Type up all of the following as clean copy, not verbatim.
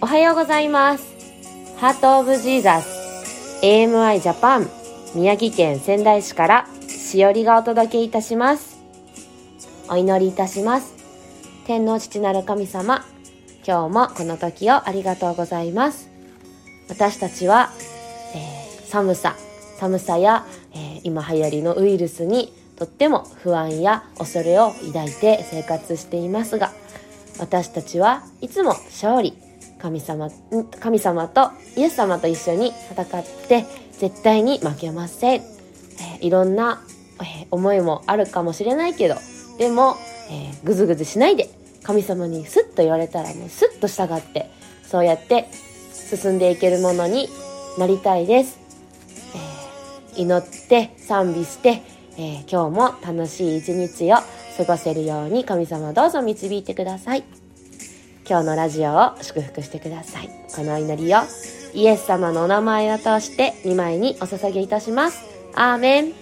おはようございます。ハートオブジーザス AMI ジャパン宮城県仙台市からしおりがお届けいたします。お祈りいたします。天皇父なる神様、今日もこの時をありがとうございます。私たちは、寒さや、今流行りのウイルスにとっても不安や恐れを抱いて生活していますが、私たちはいつも勝利、神様とイエス様と一緒に戦って絶対に負けません。いろんな、思いもあるかもしれないけど、でも、ぐずぐずしないで神様にスッと言われたらもうスッと従って、そうやって進んでいけるものになりたいです。祈って賛美して、今日も楽しい一日を過ごせるように神様どうぞ導いてください。今日のラジオを祝福してください。この祈りをイエス様のお名前を通して2枚にお捧げいたします。アーメン。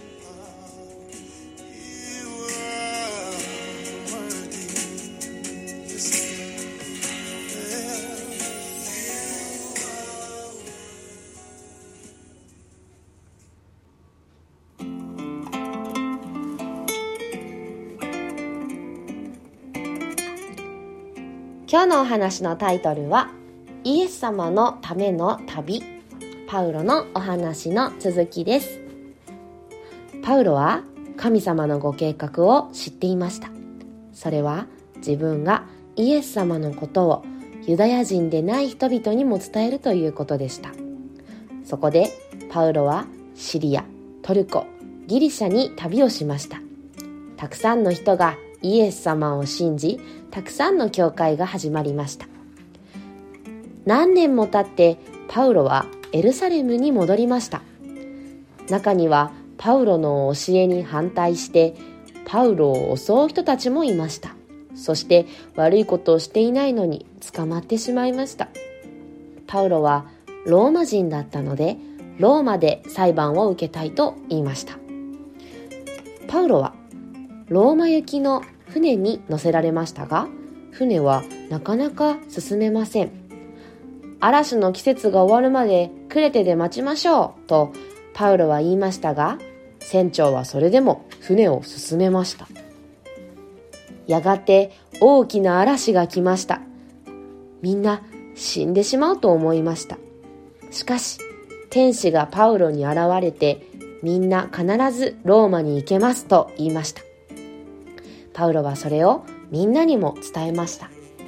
今日のお話のタイトルはイエス様のための旅、パウロのお話の続きです。パウロは神様のご計画を知っていました。それは自分がイエス様のことをユダヤ人でない人々にも伝えるということでした。そこでパウロはシリア、トルコ、ギリシャに旅をしました。たくさんの人がイエス様を信じ、たくさんの教会が始まりました。何年も経ってパウロはエルサレムに戻りました。中にはパウロの教えに反対してパウロを襲う人たちもいました。そして悪いことをしていないのに捕まってしまいました。パウロはローマ人だったのでローマで裁判を受けたいと言いました。パウロはローマ行きの船に乗せられましたが、船はなかなか進めません。嵐の季節が終わるまでクレテで待ちましょうとパウロは言いましたが、船長はそれでも船を進めました。やがて大きな嵐が来ました。みんな死んでしまうと思いました。しかし天使がパウロに現れて、みんな必ずローマに行けますと言いました。パウロはそれをみんなにも伝えました。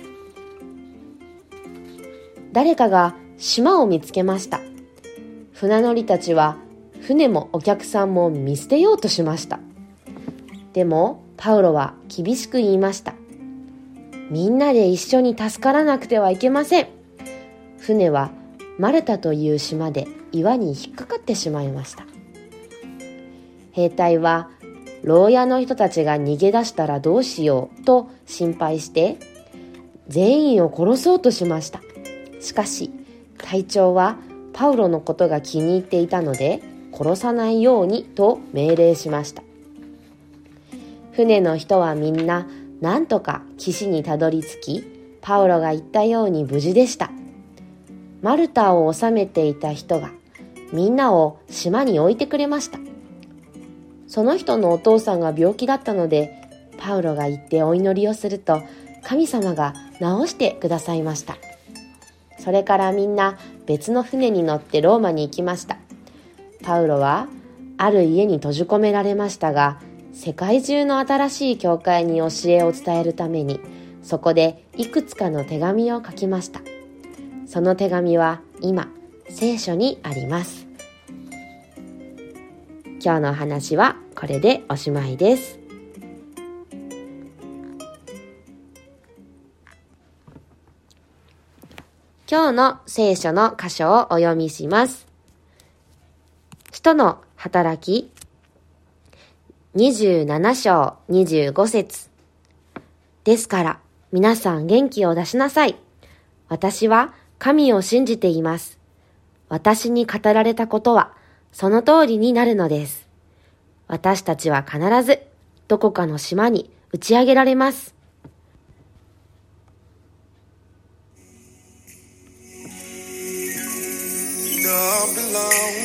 誰かが島を見つけました。船乗りたちは船もお客さんも見捨てようとしました。でもパウロは厳しく言いました。みんなで一緒に助からなくてはいけません。船はマルタという島で岩に引っかかってしまいました。兵隊は牢屋の人たちが逃げ出したらどうしようと心配して全員を殺そうとしました。しかし隊長はパウロのことが気に入っていたので殺さないようにと命令しました。船の人はみんななんとか岸にたどり着き、パウロが言ったように無事でした。マルタを治めていた人がみんなを島に置いてくれました。その人のお父さんが病気だったので、パウロが行ってお祈りをすると神様が治してくださいました。それからみんな別の船に乗ってローマに行きました。パウロはある家に閉じ込められましたが、世界中の新しい教会に教えを伝えるためにそこでいくつかの手紙を書きました。その手紙は今聖書にあります。今日のお話はこれでおしまいです。今日の聖書の箇所をお読みします。使徒の働き27章25節。ですから皆さん元気を出しなさい。私は神を信じています。私に語られたことはその通りになるのです。私たちは必ずどこかの島に打ち上げられます。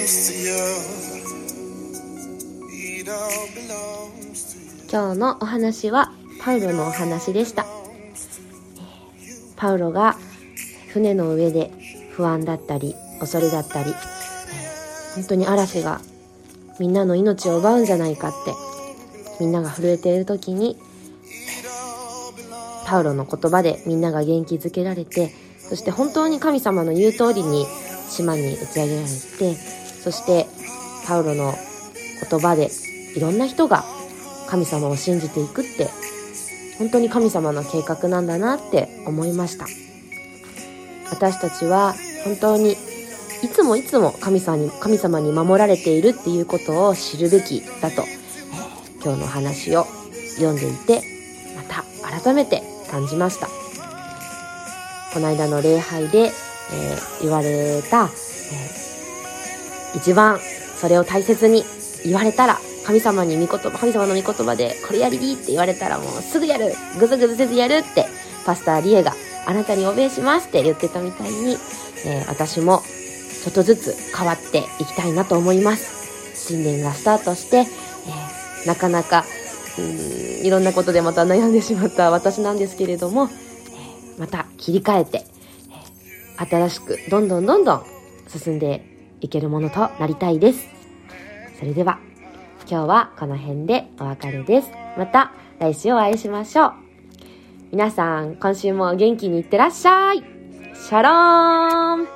今日のお話はパウロのお話でした。パウロが船の上で不安だったり恐れだったり、本当に嵐がみんなの命を奪うんじゃないかってみんなが震えている時に、パウロの言葉でみんなが元気づけられて、そして本当に神様の言う通りに島に打ち上げられて、そしてパウロの言葉でいろんな人が神様を信じていくって、本当に神様の計画なんだなって思いました。私たちは本当にいつも神様に守られているっていうことを知るべきだと、今日の話を読んでいてまた改めて感じました。この間の礼拝で、言われた、一番それを大切に言われたら、神様の御言葉でこれやりって言われたらもうすぐやる、ぐずぐずせずやるってパスターリエがあなたにおべえしますって言ってたみたいに、私もちょっとずつ変わっていきたいなと思います。新年がスタートして、なかなかいろんなことでまた悩んでしまった私なんですけれども、また切り替えて、新しくどんどん進んでいけるものとなりたいです。それでは今日はこの辺でお別れです。また来週お会いしましょう。皆さん今週も元気にいってらっしゃい。シャローン。